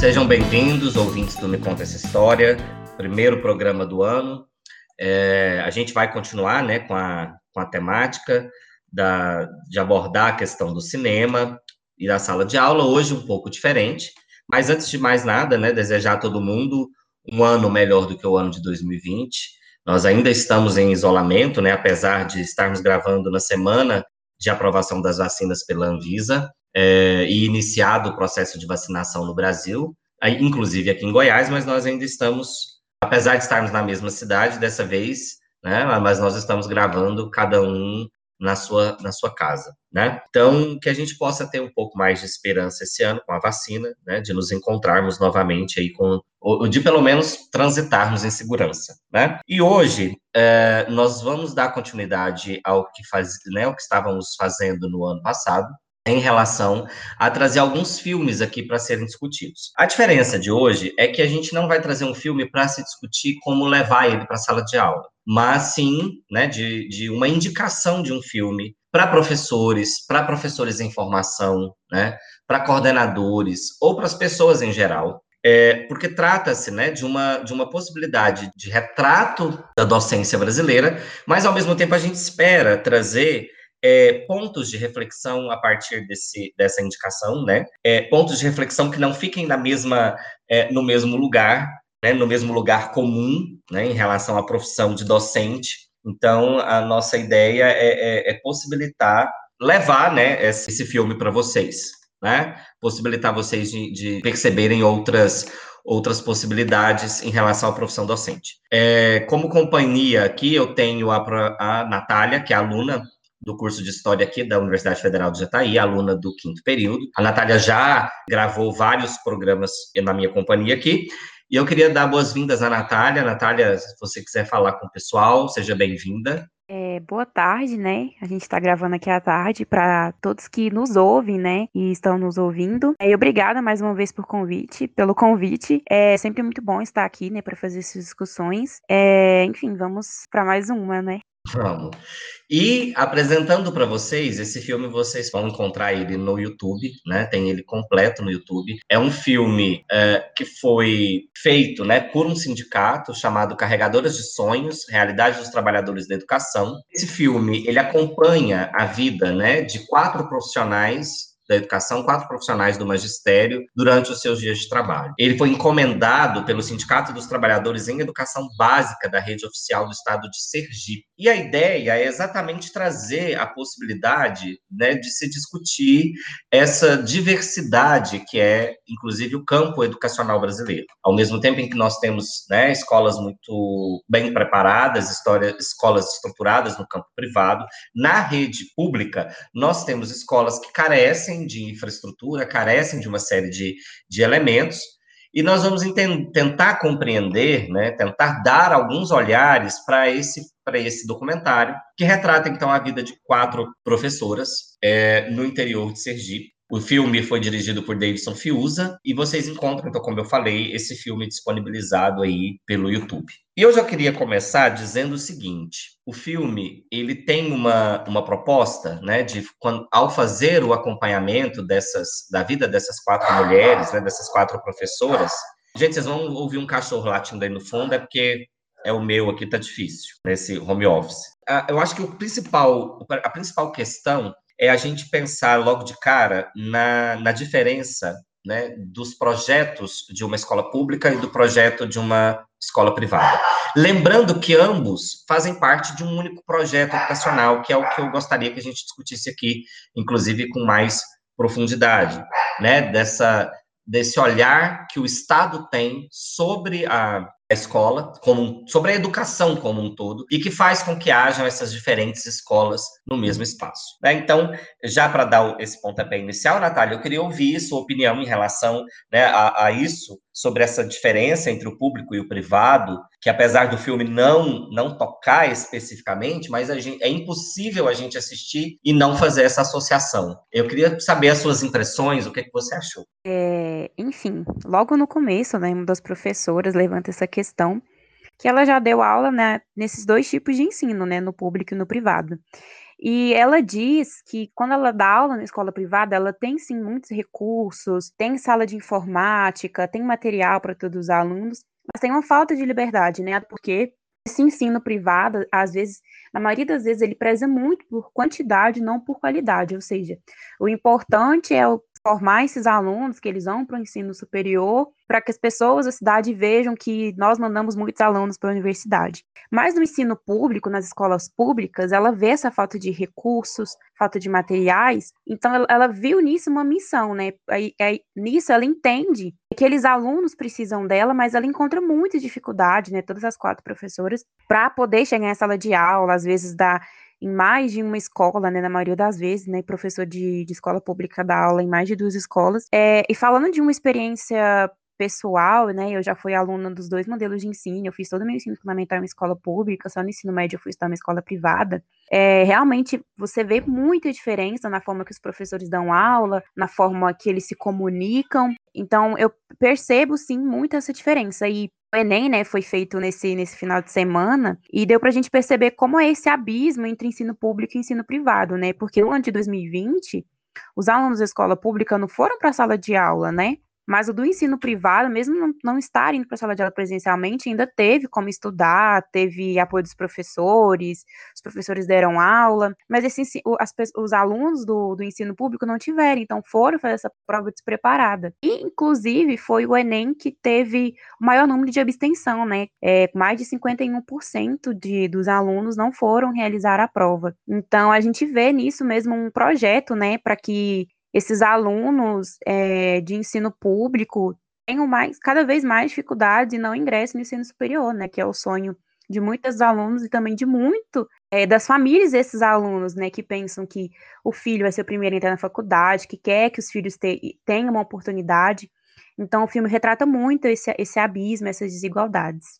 Sejam bem-vindos, ouvintes do Me Conta Essa História, primeiro programa do ano. A gente vai continuar, né, com a temática de abordar a questão do cinema e da sala de aula, hoje um pouco diferente, mas antes de mais nada, né, desejar a todo mundo um ano melhor do que o ano de 2020. Nós ainda estamos em isolamento, né, apesar de estarmos gravando na semana de aprovação das vacinas pela Anvisa, e iniciado o processo de vacinação no Brasil, inclusive aqui em Goiás, mas nós ainda estamos, apesar de estarmos na mesma cidade dessa vez, né, mas nós estamos gravando cada um na sua casa, né? Então, que a gente possa ter um pouco mais de esperança esse ano com a vacina, né, de nos encontrarmos novamente aí de pelo menos transitarmos em segurança, né? E hoje nós vamos dar continuidade ao que estávamos fazendo no ano passado, em relação a trazer alguns filmes aqui para serem discutidos. A diferença de hoje é que a gente não vai trazer um filme para se discutir como levar ele para a sala de aula, mas sim, né, de uma indicação de um filme para professores em formação, né, para coordenadores ou para as pessoas em geral, porque trata-se, né, de uma possibilidade de retrato da docência brasileira, mas ao mesmo tempo a gente espera trazer pontos de reflexão a partir dessa indicação, né? Pontos de reflexão que não fiquem no mesmo lugar, né? No mesmo lugar comum, né? Em relação à profissão de docente. Então, a nossa ideia é possibilitar, levar, né, esse filme para vocês, né? Possibilitar vocês de perceberem outras possibilidades em relação à profissão docente. Como companhia aqui, eu tenho a Natália, que é aluna do curso de História aqui da Universidade Federal de Jataí, aluna do 5º período. A Natália já gravou vários programas na minha companhia aqui, e eu queria dar boas-vindas à Natália. Natália, se você quiser falar com o pessoal, seja bem-vinda. Boa tarde, né? A gente está gravando aqui à tarde para todos que nos ouvem, né? E estão nos ouvindo. E obrigada mais uma vez pelo convite. É sempre muito bom estar aqui, né? Para fazer essas discussões. Enfim, vamos para mais uma, né? Vamos. E apresentando para vocês, esse filme vocês vão encontrar ele no YouTube, né? Tem ele completo no YouTube. É um filme que foi feito, né, por um sindicato chamado Carregadoras de Sonhos, Realidade dos Trabalhadores da Educação. Esse filme, ele acompanha a vida, né, de 4 profissionais da educação, 4 profissionais do magistério durante os seus dias de trabalho. Ele foi encomendado pelo Sindicato dos Trabalhadores em Educação Básica da Rede Oficial do Estado de Sergipe. E a ideia é exatamente trazer a possibilidade, né, de se discutir essa diversidade que é, inclusive, o campo educacional brasileiro. Ao mesmo tempo em que nós temos, né, escolas muito bem preparadas, escolas estruturadas no campo privado, na rede pública, nós temos escolas que carecem de infraestrutura, carecem de uma série de elementos, e nós vamos tentar compreender, né, tentar dar alguns olhares para esse documentário, que retrata, então, a vida de 4 professoras no interior de Sergipe. O filme foi dirigido por Davidson Fiuza, e vocês encontram, então, como eu falei, esse filme disponibilizado aí pelo YouTube. E eu já queria começar dizendo o seguinte: o filme, ele tem uma proposta, né, ao fazer o acompanhamento da vida dessas 4 mulheres, né, dessas 4 professoras. Gente, vocês vão ouvir um cachorro latindo aí no fundo, é porque o meu aqui tá difícil, nesse home office. Eu acho que a principal questão é a gente pensar logo de cara na diferença, né, dos projetos de uma escola pública e do projeto de uma escola privada. Lembrando que ambos fazem parte de um único projeto educacional, que é o que eu gostaria que a gente discutisse aqui, inclusive com mais profundidade, né, desse olhar que o Estado tem sobre a escola, sobre a educação como um todo, e que faz com que hajam essas diferentes escolas no mesmo espaço. Né? Então, já para dar esse pontapé inicial, Natália, eu queria ouvir sua opinião em relação, né, a isso, sobre essa diferença entre o público e o privado, que apesar do filme não tocar especificamente, mas é impossível a gente assistir e não fazer essa associação. Eu queria saber as suas impressões, o que você achou. Enfim, logo no começo, né, uma das professoras levanta essa questão que ela já deu aula, né, nesses dois tipos de ensino, né, no público e no privado. E ela diz que quando ela dá aula na escola privada, ela tem sim muitos recursos, tem sala de informática, tem material para todos os alunos, mas tem uma falta de liberdade, né? Porque esse ensino privado, às vezes, na maioria das vezes, ele preza muito por quantidade, não por qualidade. Ou seja, o importante é formar esses alunos que eles vão para o ensino superior, para que as pessoas da cidade vejam que nós mandamos muitos alunos para a universidade. Mas no ensino público, nas escolas públicas, ela vê essa falta de recursos, falta de materiais, então ela viu nisso uma missão, né? Nisso ela entende que aqueles alunos precisam dela, mas ela encontra muita dificuldade, né? Todas as 4 professoras, para poder chegar em sala de aula, às vezes dá em mais de uma escola, né, na maioria das vezes, né, professor de escola pública dá aula em mais de 2 escolas. E falando de uma experiência pessoal, né, eu já fui aluna dos 2 modelos de ensino, eu fiz todo o meu ensino fundamental em uma escola pública, só no ensino médio eu fui estudar em uma escola privada. Realmente você vê muita diferença na forma que os professores dão aula, na forma que eles se comunicam, então eu percebo sim muito essa diferença, e o Enem, né, foi feito nesse final de semana, e deu pra gente perceber como é esse abismo entre ensino público e ensino privado, né, porque no ano de 2020, os alunos da escola pública não foram para a sala de aula, né, mas o do ensino privado, mesmo não estar indo para a sala de aula presencialmente, ainda teve como estudar, teve apoio dos professores, os professores deram aula, mas os alunos do ensino público não tiveram, então foram fazer essa prova despreparada. E, inclusive, foi o Enem que teve o maior número de abstenção, né? Mais de 51% dos alunos não foram realizar a prova. Então, a gente vê nisso mesmo um projeto, né, para que esses alunos de ensino público tenham cada vez mais dificuldades e não ingressem no ensino superior, né, que é o sonho de muitos alunos e também de muito das famílias desses alunos, né, que pensam que o filho vai ser o primeiro a entrar na faculdade, que quer que os filhos tenham uma oportunidade. Então, o filme retrata muito esse abismo, essas desigualdades.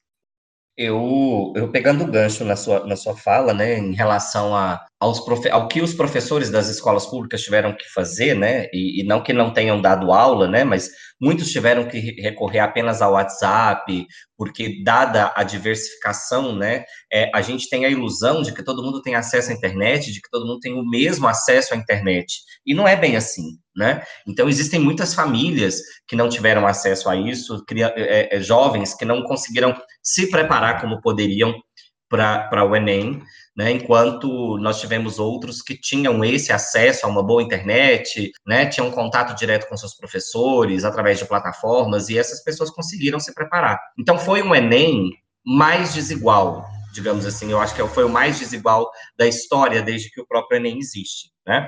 Eu pegando o gancho na sua fala, né, em relação ao que os professores das escolas públicas tiveram que fazer, né, e não que não tenham dado aula, né, mas muitos tiveram que recorrer apenas ao WhatsApp, porque dada a diversificação, né, a gente tem a ilusão de que todo mundo tem acesso à internet, de que todo mundo tem o mesmo acesso à internet, e não é bem assim, né? Então existem muitas famílias que não tiveram acesso a isso, jovens que não conseguiram se preparar como poderiam para o Enem, né, enquanto nós tivemos outros que tinham esse acesso a uma boa internet, né, tinham contato direto com seus professores, através de plataformas, e essas pessoas conseguiram se preparar. Então, foi um Enem mais desigual, digamos assim, eu acho que foi o mais desigual da história desde que o próprio Enem existe, né?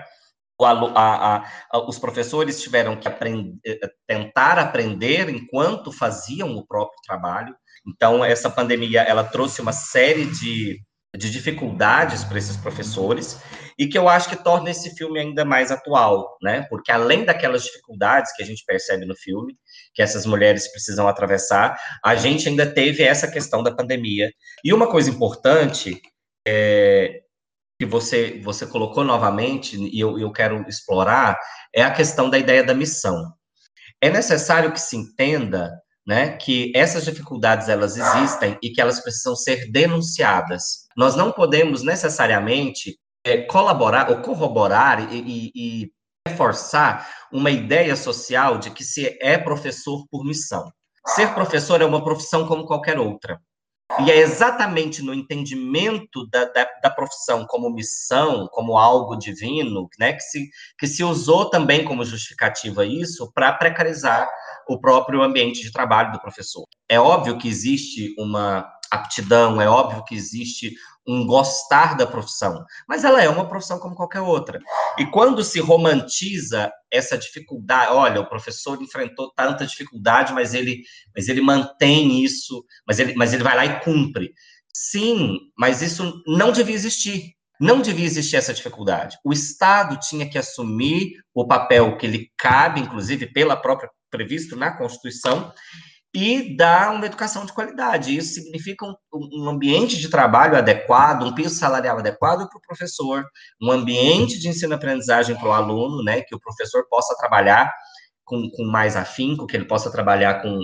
Os professores tiveram que tentar aprender enquanto faziam o próprio trabalho. Então, essa pandemia, ela trouxe uma série de dificuldades para esses professores, e que eu acho que torna esse filme ainda mais atual, né? Porque além daquelas dificuldades que a gente percebe no filme, que essas mulheres precisam atravessar, a gente ainda teve essa questão da pandemia. E uma coisa importante que você colocou novamente, e eu quero explorar, é a questão da ideia da missão. É necessário que se entenda, né, que essas dificuldades, elas existem e que elas precisam ser denunciadas. Nós não podemos necessariamente colaborar ou corroborar e reforçar uma ideia social de que se é professor por missão. Ser professor é uma profissão como qualquer outra. E é exatamente no entendimento da profissão como missão, como algo divino, né, que se usou também como justificativa isso para precarizar o próprio ambiente de trabalho do professor. É óbvio que existe uma aptidão, é óbvio que existe um gostar da profissão, mas ela é uma profissão como qualquer outra. E quando se romantiza essa dificuldade, olha, o professor enfrentou tanta dificuldade, mas ele mantém isso, mas ele vai lá e cumpre. Sim, mas isso não devia existir. Não devia existir essa dificuldade. O Estado tinha que assumir o papel que lhe cabe, inclusive pela própria previsto na Constituição, e dar uma educação de qualidade. Isso significa um ambiente de trabalho adequado, um piso salarial adequado para o professor, um ambiente de ensino-aprendizagem para o aluno, né, que o professor possa trabalhar com mais afinco, que ele possa trabalhar com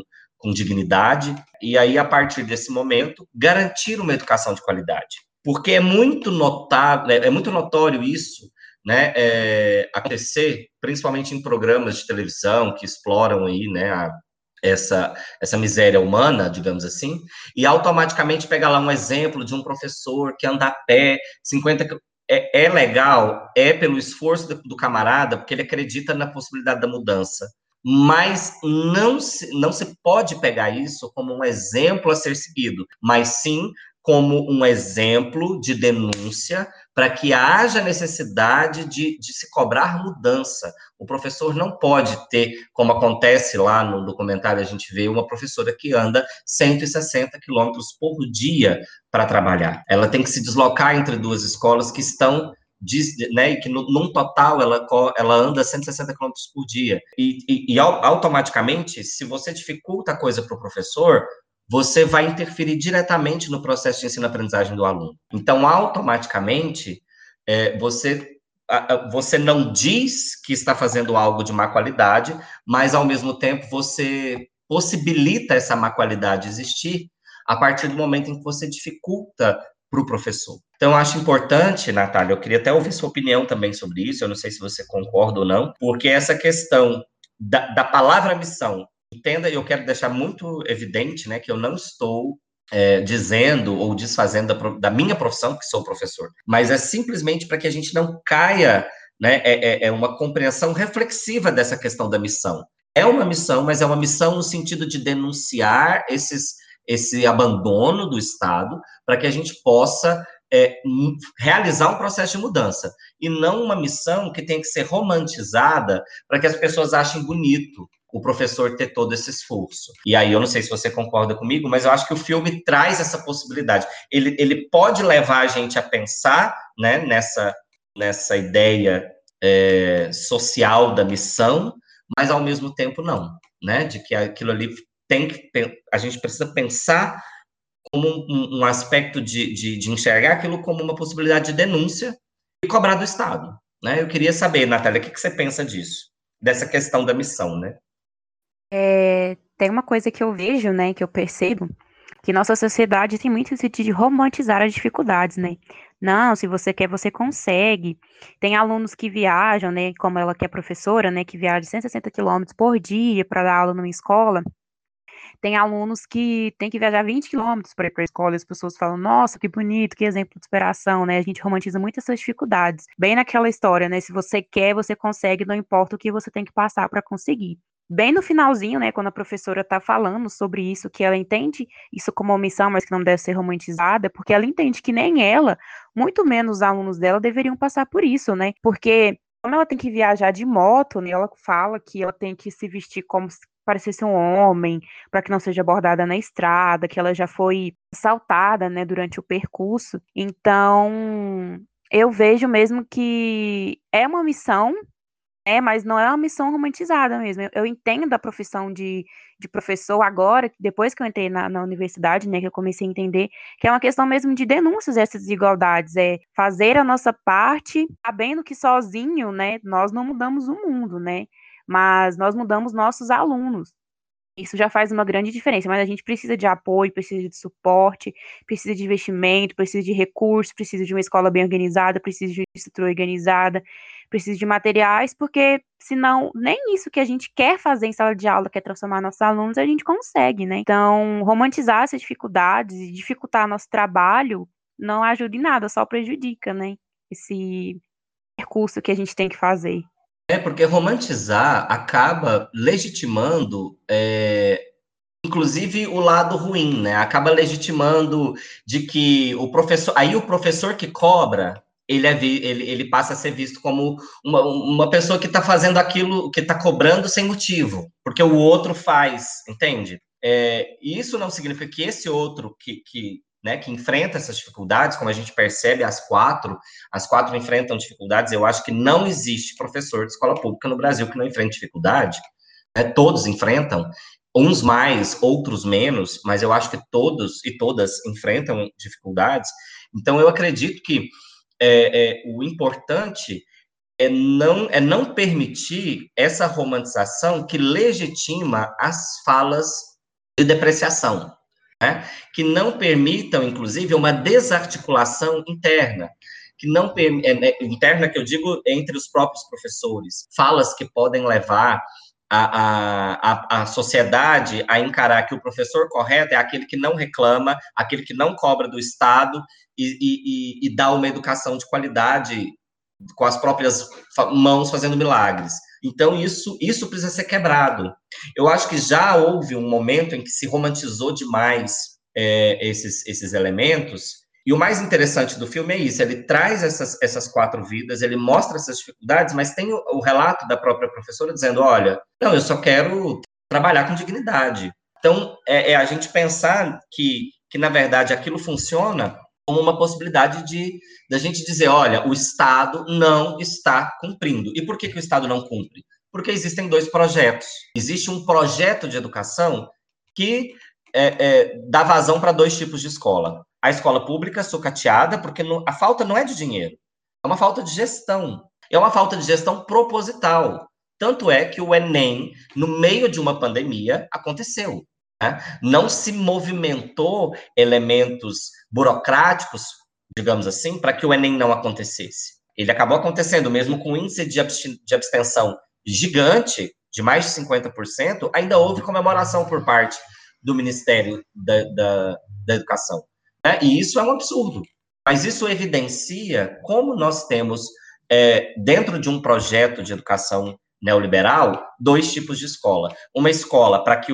com dignidade, e aí, a partir desse momento, garantir uma educação de qualidade. Porque é muito notável, é muito notório isso, né, acontecer, principalmente em programas de televisão que exploram aí, né, essa miséria humana, digamos assim, e automaticamente pega lá um exemplo de um professor que anda a pé, 50 é legal, é pelo esforço do camarada, porque ele acredita na possibilidade da mudança, mas não se pode pegar isso como um exemplo a ser seguido, mas sim como um exemplo de denúncia para que haja necessidade de se cobrar mudança. O professor não pode ter, como acontece lá no documentário, a gente vê uma professora que anda 160 quilômetros por dia para trabalhar. Ela tem que se deslocar entre duas escolas que estão, né, e que num total ela anda 160 quilômetros por dia. E automaticamente, se você dificulta a coisa para o professor, você vai interferir diretamente no processo de ensino-aprendizagem do aluno. Então, automaticamente, você não diz que está fazendo algo de má qualidade, mas, ao mesmo tempo, você possibilita essa má qualidade existir a partir do momento em que você dificulta para o professor. Então, eu acho importante, Natália, eu queria até ouvir sua opinião também sobre isso, eu não sei se você concorda ou não, porque essa questão da palavra missão, entenda, eu quero deixar muito evidente, né, que eu não estou dizendo ou desfazendo da minha profissão, que sou professor, mas é simplesmente para que a gente não caia, né, uma compreensão reflexiva dessa questão da missão. É uma missão, mas é uma missão no sentido de denunciar esse abandono do Estado, para que a gente possa realizar um processo de mudança, e não uma missão que tem que ser romantizada para que as pessoas achem bonito o professor ter todo esse esforço. E aí, eu não sei se você concorda comigo, mas eu acho que o filme traz essa possibilidade. Ele pode levar a gente a pensar, né, nessa ideia social da missão, mas, ao mesmo tempo, não, né, de que aquilo ali a gente precisa pensar como um aspecto de enxergar aquilo como uma possibilidade de denúncia e cobrar do Estado, né? Eu queria saber, Natália, o que você pensa disso, dessa questão da missão, né? Tem uma coisa que eu vejo, né, que eu percebo, que nossa sociedade tem muito esse de romantizar as dificuldades, né? Não, se você quer, você consegue. Tem alunos que viajam, né, como ela que é professora, né, que viaja 160 quilômetros por dia para dar aula numa escola. Tem alunos que têm que viajar 20 quilômetros para ir para a escola, e as pessoas falam, nossa, que bonito, que exemplo de superação, né? A gente romantiza muito essas dificuldades. Bem naquela história, né? Se você quer, você consegue, não importa o que você tem que passar para conseguir. Bem no finalzinho, né, quando a professora está falando sobre isso, que ela entende isso como uma missão, mas que não deve ser romantizada, porque ela entende que nem ela, muito menos os alunos dela, deveriam passar por isso, né? Porque como ela tem que viajar de moto, né, ela fala que ela tem que se vestir como se parecesse um homem, para que não seja abordada na estrada, que ela já foi assaltada, né, durante o percurso. Então, eu vejo mesmo que é uma missão, mas não é uma missão romantizada mesmo. Eu entendo a profissão de professor agora, depois que eu entrei na universidade, né, que eu comecei a entender que é uma questão mesmo de denúncias dessas desigualdades, é fazer a nossa parte, sabendo que sozinho, né, nós não mudamos o mundo, né, mas nós mudamos nossos alunos. Isso já faz uma grande diferença, mas a gente precisa de apoio, precisa de suporte, precisa de investimento, precisa de recursos, precisa de uma escola bem organizada, precisa de uma estrutura organizada, precisa de materiais, porque senão nem isso que a gente quer fazer em sala de aula, que é transformar nossos alunos, a gente consegue, né? Então, romantizar essas dificuldades e dificultar nosso trabalho não ajuda em nada, só prejudica, né? Esse percurso que a gente tem que fazer. Porque romantizar acaba legitimando, inclusive, o lado ruim, né? Acaba legitimando de que o professor que cobra, ele passa a ser visto como uma pessoa que está fazendo aquilo, que está cobrando sem motivo, porque o outro faz, entende? E isso não significa que esse outro né, que enfrenta essas dificuldades, como a gente percebe, as quatro enfrentam dificuldades. Eu acho que não existe professor de escola pública no Brasil que não enfrente dificuldade, né? Todos enfrentam, uns mais, outros menos, mas eu acho que todos e todas enfrentam dificuldades. Então, eu acredito que o importante é não permitir essa romantização que legitima as falas de depreciação, né? Que não permitam, inclusive, uma desarticulação interna, que não interna, que eu digo, entre os próprios professores, falas que podem levar a sociedade a encarar que o professor correto é aquele que não reclama, aquele que não cobra do Estado e dá uma educação de qualidade com as próprias mãos fazendo milagres. Então, isso precisa ser quebrado. Eu acho que já houve um momento em que se romantizou demais esses elementos, e o mais interessante do filme é isso, ele traz essas 4 vidas, ele mostra essas dificuldades, mas tem o relato da própria professora dizendo, olha, não, eu só quero trabalhar com dignidade. Então, a gente pensar que, na verdade, aquilo funciona como uma possibilidade da gente dizer, olha, o Estado não está cumprindo. E por que o Estado não cumpre? Porque existem 2 projetos. Existe um projeto de educação que dá vazão para 2 tipos de escola. A escola pública sucateada, porque a falta não é de dinheiro, é uma falta de gestão. É uma falta de gestão proposital. Tanto é que o Enem, no meio de uma pandemia, aconteceu. Né? Não se movimentou elementos burocráticos, digamos assim, para que o Enem não acontecesse. Ele acabou acontecendo, mesmo com um índice de abstenção gigante, de mais de 50%, ainda houve comemoração por parte do Ministério da Educação. Né? E isso é um absurdo. Mas isso evidencia como nós temos, dentro de um projeto de educação neoliberal, 2 tipos de escola. Uma escola para que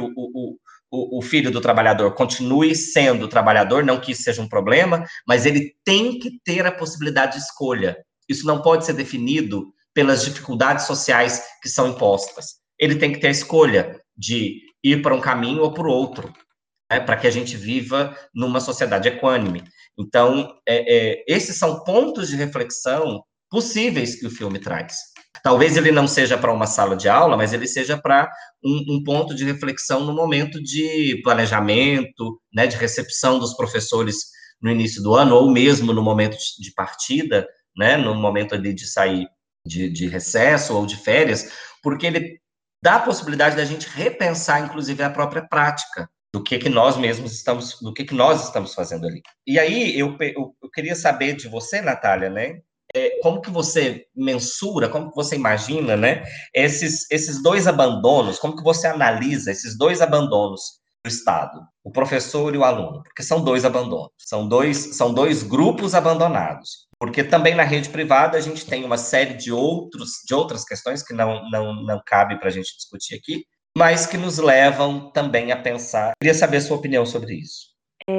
o filho do trabalhador continue sendo trabalhador, não que isso seja um problema, mas ele tem que ter a possibilidade de escolha. Isso não pode ser definido pelas dificuldades sociais que são impostas. Ele tem que ter a escolha de ir para um caminho ou para o outro, né, para que a gente viva numa sociedade equânime. Então, esses são pontos de reflexão possíveis que o filme traz. Talvez ele não seja para uma sala de aula, mas ele seja para um ponto de reflexão no momento de planejamento, né, de recepção dos professores no início do ano, ou mesmo no momento de partida, né, no momento ali de sair de recesso ou de férias, porque ele dá a possibilidade da gente repensar, inclusive, a própria prática do que nós mesmos estamos, do que nós estamos fazendo ali. E aí, eu queria saber de você, Natália, né, como que você mensura, como que você imagina, né, esses 2 abandonos, como que você analisa esses 2 abandonos do Estado, o professor e o aluno, porque são 2 abandonos, são dois grupos abandonados, porque também na rede privada a gente tem uma série de outras questões que não cabe para a gente discutir aqui, mas que nos levam também a pensar. Queria saber a sua opinião sobre isso.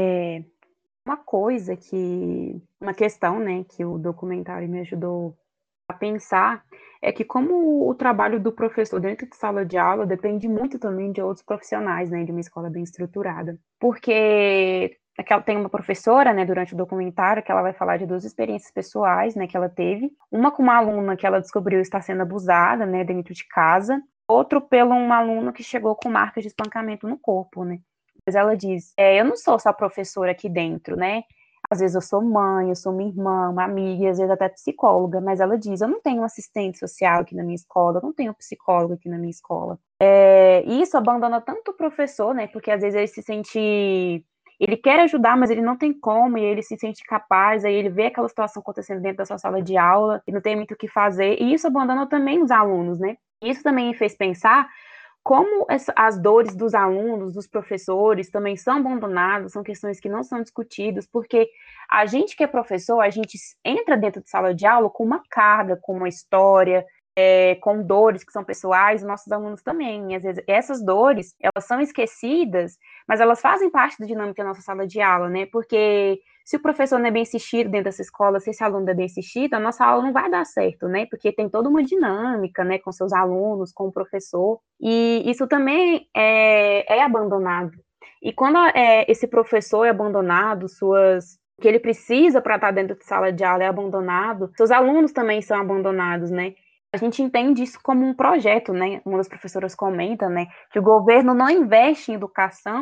Uma questão, né, que o documentário me ajudou a pensar é que como o trabalho do professor dentro de sala de aula depende muito também de outros profissionais, né, de uma escola bem estruturada. Porque tem uma professora, né, durante o documentário, que ela vai falar de 2 experiências pessoais, né, que ela teve. Uma com uma aluna que ela descobriu estar sendo abusada, né, dentro de casa. Outro pelo um aluno que chegou com marcas de espancamento no corpo, né. Mas ela diz, eu não sou só professora aqui dentro, né, às vezes eu sou mãe, eu sou minha irmã, uma amiga, e às vezes até psicóloga, mas ela diz, eu não tenho um assistente social aqui na minha escola, eu não tenho um psicólogo aqui na minha escola. E isso abandona tanto o professor, né, porque às vezes ele quer ajudar, mas ele não tem como, e ele se sente capaz, aí ele vê aquela situação acontecendo dentro da sua sala de aula, e não tem muito o que fazer, e isso abandona também os alunos, né. Isso também me fez pensar como as dores dos alunos, dos professores, também são abandonadas, são questões que não são discutidas, porque a gente que é professor, a gente entra dentro de sala de aula com uma carga, com uma história, com dores que são pessoais, nossos alunos também. E às vezes essas dores, elas são esquecidas, mas elas fazem parte da dinâmica da nossa sala de aula, né? Porque se o professor não é bem assistido dentro dessa escola, se esse aluno não é bem assistido, a nossa aula não vai dar certo, né? Porque tem toda uma dinâmica, né, com seus alunos, com o professor, e isso também é abandonado. E quando esse professor é abandonado, o que ele precisa para estar dentro de sala de aula é abandonado, seus alunos também são abandonados, né? A gente entende isso como um projeto, né? Uma das professoras comenta, né, que o governo não investe em educação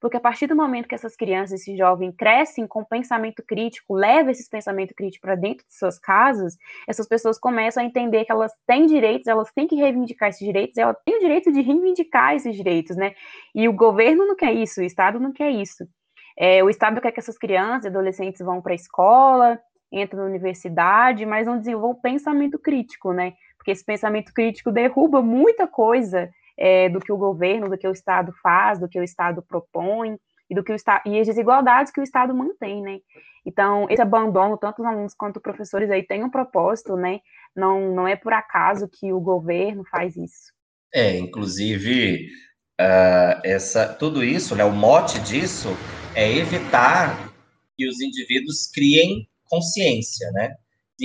porque a partir do momento que essas crianças, esse jovem crescem com pensamento crítico, leva esse pensamento crítico para dentro de suas casas, essas pessoas começam a entender que elas têm direitos, elas têm que reivindicar esses direitos, elas têm o direito de reivindicar esses direitos, né? E o governo não quer isso, o Estado não quer isso. O Estado quer que essas crianças e adolescentes vão para a escola, entram na universidade, mas não desenvolvam pensamento crítico, né? Porque esse pensamento crítico derruba muita coisa do que o governo, do que o Estado faz, do que o Estado propõe, e as desigualdades que o Estado mantém, né? Então, esse abandono, tanto os alunos quanto os professores aí tem um propósito, né? Não é por acaso que o governo faz isso. Inclusive, tudo isso, né, o mote disso é evitar que os indivíduos criem consciência, né?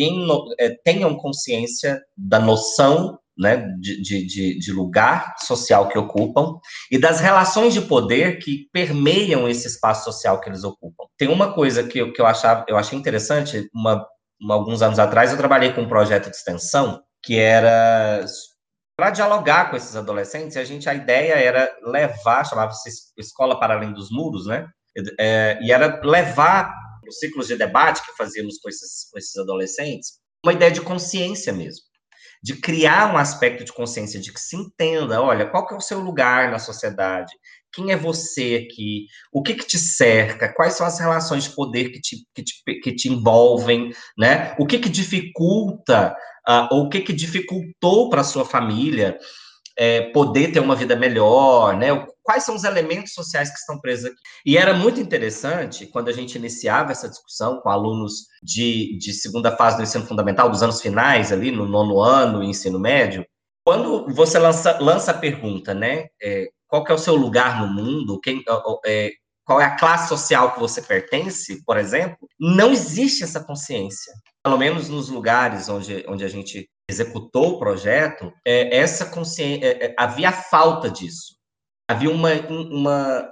Tenham consciência da noção, né, de lugar social que ocupam e das relações de poder que permeiam esse espaço social que eles ocupam. Tem uma coisa que eu achei interessante, alguns anos atrás eu trabalhei com um projeto de extensão que era para dialogar com esses adolescentes, a ideia era chamava-se Escola para Além dos Muros, né? E era levar os ciclos de debate que fazíamos com esses adolescentes, uma ideia de consciência mesmo, de criar um aspecto de consciência, de que se entenda, olha, qual que é o seu lugar na sociedade, quem é você aqui, o que te cerca, quais são as relações de poder que te envolvem, né? O que dificulta, ou o que dificultou para a sua família poder ter uma vida melhor, né? Quais são os elementos sociais que estão presos aqui? E era muito interessante, quando a gente iniciava essa discussão com alunos de segunda fase do ensino fundamental, dos anos finais, ali no 9º ano, ensino médio, quando você lança a pergunta, né? Qual que é o seu lugar no mundo? Qual é a classe social que você pertence, por exemplo? Não existe essa consciência. Pelo menos nos lugares onde a gente executou o projeto, essa consciência, havia falta disso. Havia uma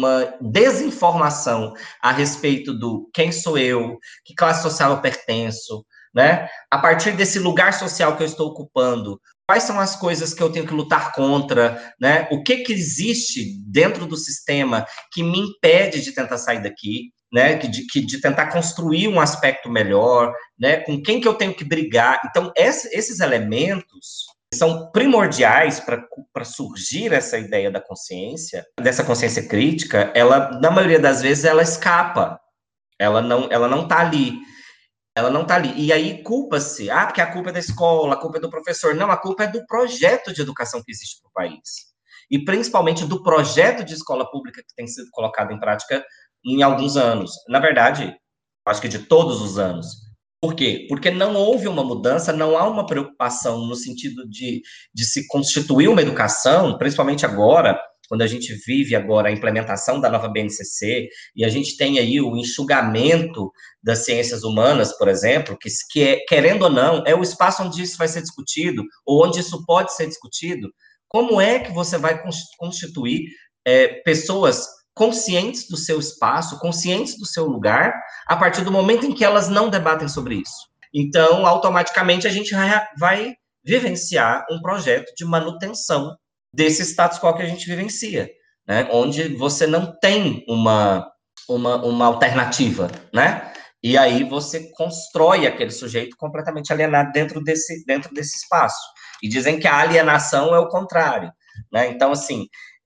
desinformação a respeito do quem sou eu, que classe social eu pertenço, né? A partir desse lugar social que eu estou ocupando, quais são as coisas que eu tenho que lutar contra, né? O que existe dentro do sistema que me impede de tentar sair daqui, né? De tentar construir um aspecto melhor, né? Com quem que eu tenho que brigar. Então, esses elementos são primordiais para surgir essa ideia da consciência, dessa consciência crítica. Ela, na maioria das vezes, ela escapa. Ela não está ali. Ela não está ali. E aí culpa-se, porque a culpa é da escola, a culpa é do professor. Não, a culpa é do projeto de educação que existe no país. E principalmente do projeto de escola pública que tem sido colocado em prática em alguns anos. Na verdade, acho que de todos os anos. Por quê? Porque não houve uma mudança, não há uma preocupação no sentido de se constituir uma educação, principalmente agora, quando a gente vive agora a implementação da nova BNCC, e a gente tem aí o enxugamento das ciências humanas, por exemplo, que querendo ou não, é o espaço onde isso vai ser discutido, ou onde isso pode ser discutido. Como é que você vai constituir pessoas conscientes do seu espaço, conscientes do seu lugar, a partir do momento em que elas não debatem sobre isso? Então, automaticamente, a gente vai vivenciar um projeto de manutenção desse status quo que a gente vivencia, né? Onde você não tem uma alternativa, né? E aí você constrói aquele sujeito completamente alienado dentro desse espaço. E dizem que a alienação é o contrário, né? Então, assim,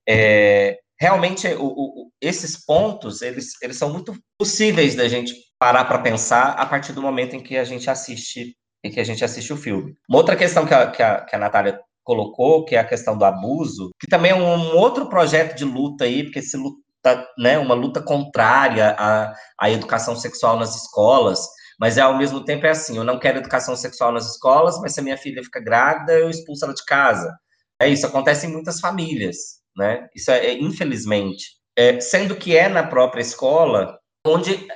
realmente, esses pontos, eles são muito possíveis da gente parar para pensar a partir do momento em que a gente assiste o filme. Uma outra questão que a Natália colocou, que é a questão do abuso, que também é um outro projeto de luta aí, porque se luta, né, uma luta contrária à educação sexual nas escolas, mas ao mesmo tempo é assim, eu não quero educação sexual nas escolas, mas se a minha filha fica grávida, eu expulso ela de casa. Isso acontece em muitas famílias, né? Isso infelizmente. Sendo que é na própria escola onde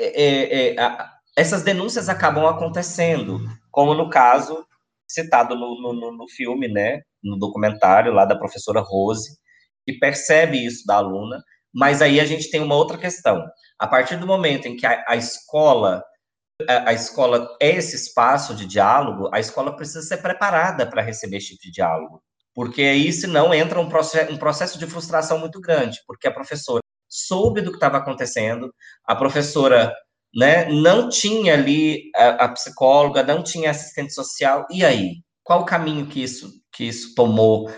essas denúncias acabam acontecendo, como no caso citado no filme, né, no documentário lá da professora Rose, que percebe isso da aluna, mas aí a gente tem uma outra questão. A partir do momento em que a escola é esse espaço de diálogo, a escola precisa ser preparada para receber esse tipo de diálogo, porque aí senão entra um processo de frustração muito grande, porque a professora soube do que estava acontecendo, a professora, né, não tinha ali a psicóloga, não tinha assistente social, e aí? Qual o caminho que isso tomou?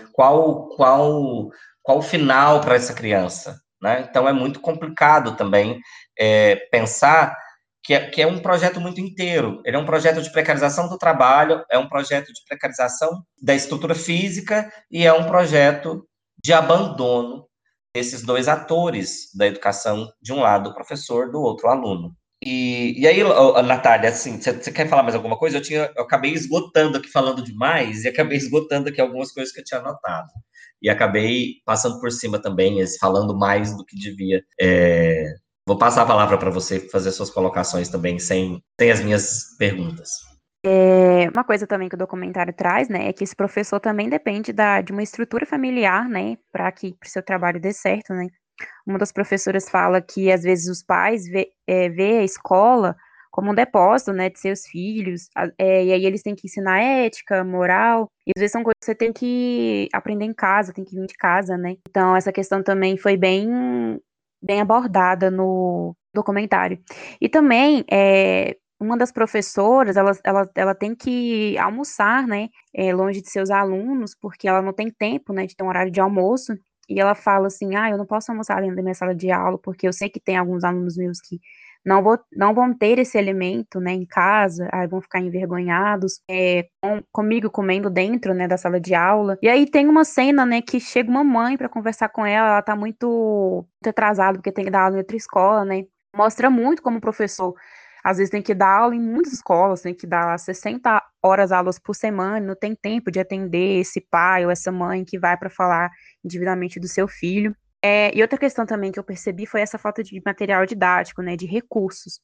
Qual o final para essa criança? Né? Então, é muito complicado também pensar que é um projeto muito inteiro. Ele é um projeto de precarização do trabalho, é um projeto de precarização da estrutura física e é um projeto de abandono desses dois atores da educação, de um lado o professor, do outro o aluno. E aí, Natália, assim, você quer falar mais alguma coisa? Eu acabei esgotando aqui, falando demais, e acabei esgotando aqui algumas coisas que eu tinha anotado. E acabei passando por cima também, falando mais do que devia. Vou passar a palavra para você fazer suas colocações também, sem as minhas perguntas. Uma coisa também que o documentário traz, né, é que esse professor também depende de uma estrutura familiar, né, para que o seu trabalho dê certo, né. Uma das professoras fala que às vezes os pais vê a escola como um depósito, né, de seus filhos, e aí eles têm que ensinar ética, moral, e às vezes são coisas que você tem que aprender em casa, tem que vir de casa, né. Então essa questão também foi bem abordada no documentário. E também, uma das professoras, ela tem que almoçar, né, longe de seus alunos, porque ela não tem tempo, né, de ter um horário de almoço, e ela fala assim: "Ah, eu não posso almoçar dentro da minha sala de aula, porque eu sei que tem alguns alunos meus que não vão ter esse alimento, né, em casa, aí vão ficar envergonhados, comigo comendo dentro, né, da sala de aula". E aí tem uma cena, né, que chega uma mãe para conversar com ela tá muito atrasada, porque tem que dar aula em outra escola, né. Mostra muito como o professor, às vezes, tem que dar aula em muitas escolas, tem que dar 60 horas aulas por semana, não tem tempo de atender esse pai ou essa mãe que vai para falar individualmente do seu filho. E outra questão também que eu percebi foi essa falta de material didático, né, de recursos.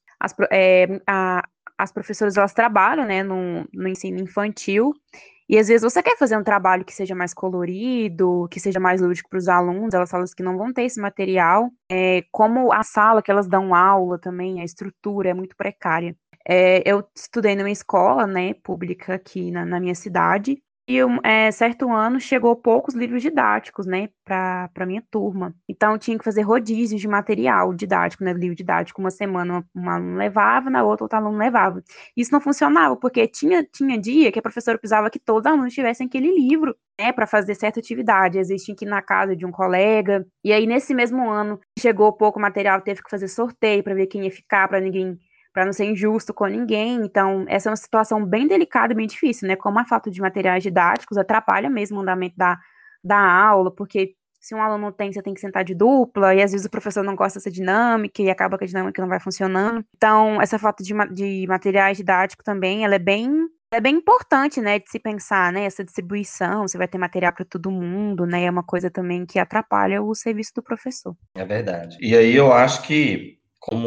As professoras, elas trabalham, né, no ensino infantil, e às vezes você quer fazer um trabalho que seja mais colorido, que seja mais lúdico para os alunos, elas falam que não vão ter esse material, como a sala que elas dão aula também, a estrutura é muito precária. Eu estudei numa escola, né, pública aqui na minha cidade, e certo ano chegou poucos livros didáticos, né, para minha turma. Então eu tinha que fazer rodízios de material didático, né, livro didático. Uma semana um aluno levava, na outra outro aluno levava. Isso não funcionava, porque tinha dia que a professora precisava que todos os alunos tivessem aquele livro, né, para fazer certa atividade. Às vezes tinha que ir na casa de um colega. E aí nesse mesmo ano chegou pouco material, teve que fazer sorteio para ver quem ia ficar, para não ser injusto com ninguém. Então, essa é uma situação bem delicada e bem difícil, né? Como a falta de materiais didáticos atrapalha mesmo o andamento da aula, porque se um aluno não tem, você tem que sentar de dupla, e às vezes o professor não gosta dessa dinâmica, e acaba que a dinâmica não vai funcionando. Então, essa falta de materiais didáticos também, ela é bem importante, né, de se pensar, né, essa distribuição, você vai ter material para todo mundo, né, é uma coisa também que atrapalha o serviço do professor. É verdade. E aí eu acho que,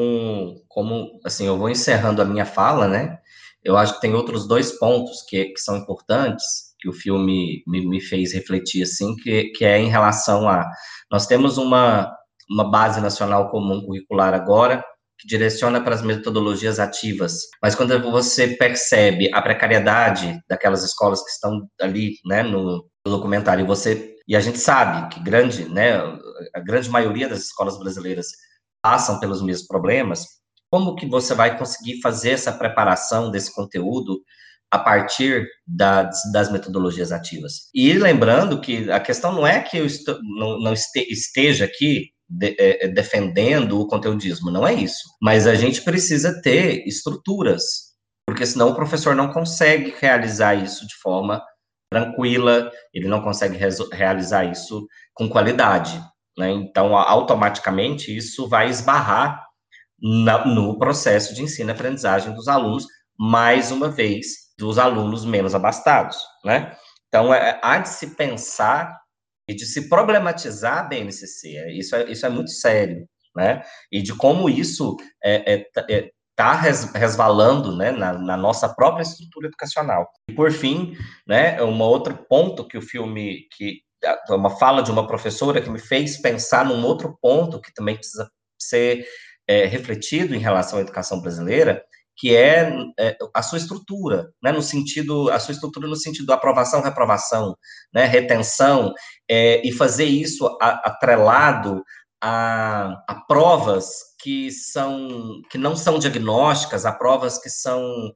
assim, eu vou encerrando a minha fala, né? Eu acho que tem outros dois pontos que são importantes, que o filme me fez refletir, assim, que é em relação a... Nós temos uma base nacional comum curricular agora, que direciona para as metodologias ativas. Mas quando você percebe a precariedade daquelas escolas que estão ali, né, no documentário, e a gente sabe que né, a grande maioria das escolas brasileiras passam pelos mesmos problemas, como que você vai conseguir fazer essa preparação desse conteúdo a partir das metodologias ativas? E lembrando que a questão não é que eu não esteja aqui defendendo o conteudismo, não é isso. Mas a gente precisa ter estruturas, porque senão o professor não consegue realizar isso de forma tranquila, ele não consegue realizar isso com qualidade, né? Então, automaticamente, isso vai esbarrar no processo de ensino-aprendizagem dos alunos, mais uma vez, dos alunos menos abastados, né? Então, há de se pensar e de se problematizar a BNCC, isso é muito sério, né? E de como isso está resvalando, né, na nossa própria estrutura educacional. E, por fim, né, um outro ponto que o filme, uma fala de uma professora que me fez pensar num outro ponto que também precisa ser refletido em relação à educação brasileira, que é a sua estrutura, né, a sua estrutura no sentido da aprovação, reprovação, né, retenção, e fazer isso atrelado a provas que não são diagnósticas, a provas que são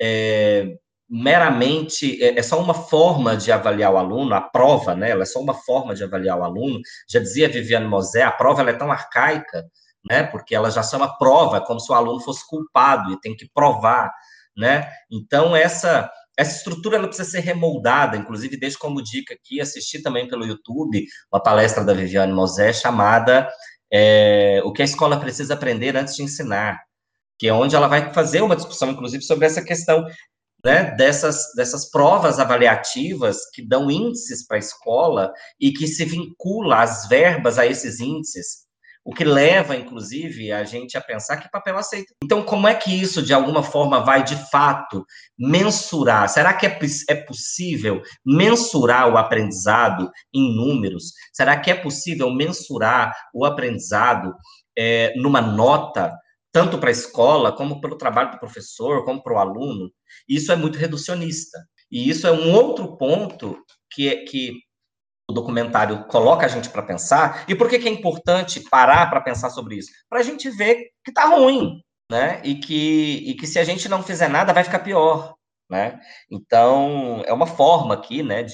meramente, é só uma forma de avaliar o aluno, a prova, né, ela é só uma forma de avaliar o aluno. Já dizia Viviane Mosé, a prova ela é tão arcaica, né, porque ela já chama prova, como se o aluno fosse culpado e tem que provar, né. Então, essa estrutura ela precisa ser remoldada. Inclusive, deixo como dica aqui, assistir também pelo YouTube uma palestra da Viviane Mosé chamada O que a escola precisa aprender antes de ensinar, que é onde ela vai fazer uma discussão, inclusive, sobre essa questão, né, dessas provas avaliativas que dão índices para a escola e que se vincula as verbas a esses índices, o que leva, inclusive, a gente a pensar que papel aceita. Então, como é que isso, de alguma forma, vai, de fato, mensurar? Será que é possível mensurar o aprendizado em números? Será que é possível mensurar o aprendizado numa nota, tanto para a escola, como pelo trabalho do professor, como para o aluno? Isso é muito reducionista. E isso é um outro ponto que o documentário coloca a gente para pensar. E por que é importante parar para pensar sobre isso? Para a gente ver que está ruim, né? E que se a gente não fizer nada, vai ficar pior, né? Então, é uma forma aqui, né,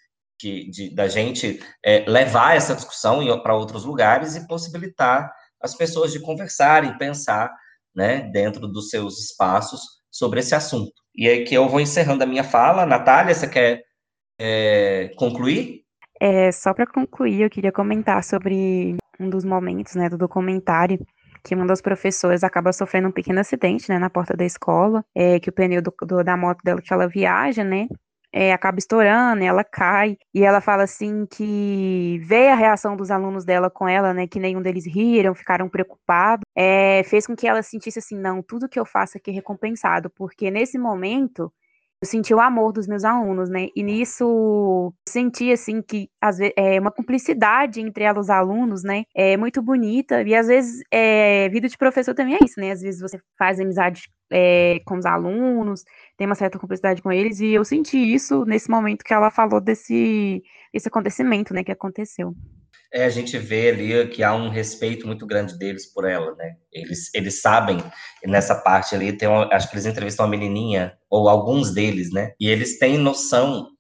da gente levar essa discussão para outros lugares e possibilitar as pessoas de conversarem, pensar, né, dentro dos seus espaços sobre esse assunto. E aí que eu vou encerrando a minha fala. Natália, você quer concluir? Só para concluir, eu queria comentar sobre um dos momentos, né, do documentário, que uma das professoras acaba sofrendo um pequeno acidente, né, na porta da escola, que o pneu da moto dela que ela viaja, né, acaba estourando, ela cai, e ela fala assim que vê a reação dos alunos dela com ela, né, que nenhum deles riram, ficaram preocupados, fez com que ela sentisse assim, não, tudo que eu faço aqui é recompensado, porque nesse momento eu senti o amor dos meus alunos, né? E nisso eu senti assim que às vezes é uma cumplicidade entre ela e os alunos, né? É muito bonita. E às vezes vida de professor também é isso, né? Às vezes você faz amizade com os alunos, tem uma certa cumplicidade com eles, e eu senti isso nesse momento que ela falou desse acontecimento, né? Que aconteceu. A gente vê ali que há um respeito muito grande deles por ela, né? Eles sabem, nessa parte ali, acho que eles entrevistam uma menininha, ou alguns deles, né? E eles têm noção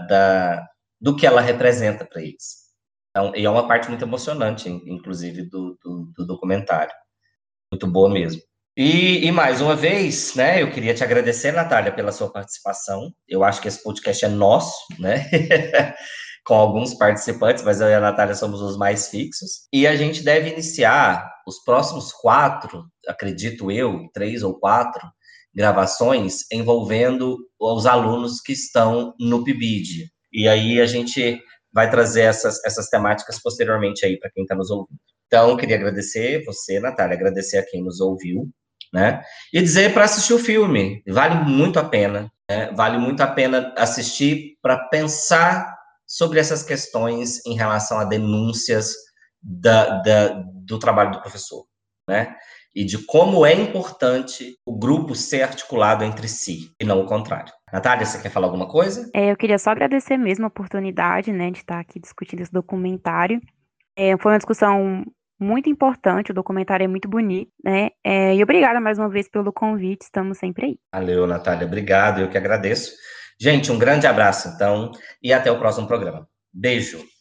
do que ela representa para eles. Então, e é uma parte muito emocionante, inclusive, do documentário. Muito boa mesmo. E mais uma vez, né, eu queria te agradecer, Natália, pela sua participação. Eu acho que esse podcast é nosso, né? Com alguns participantes, mas eu e a Natália somos os mais fixos. E a gente deve iniciar os próximos 4, acredito eu, 3 ou 4 gravações envolvendo os alunos que estão no PIBID. E aí a gente vai trazer essas temáticas posteriormente aí para quem está nos ouvindo. Então, queria agradecer você, Natália, agradecer a quem nos ouviu, né? E dizer para assistir o filme, vale muito a pena, né? Vale muito a pena assistir para pensar sobre essas questões em relação a denúncias do trabalho do professor, né? E de como é importante o grupo ser articulado entre si, e não o contrário. Natália, você quer falar alguma coisa? Eu queria só agradecer mesmo a oportunidade, né, de estar aqui discutindo esse documentário. Foi uma discussão muito importante, o documentário é muito bonito, né? E obrigada mais uma vez pelo convite, estamos sempre aí. Valeu, Natália, obrigado, eu que agradeço. Gente, um grande abraço, então, e até o próximo programa. Beijo!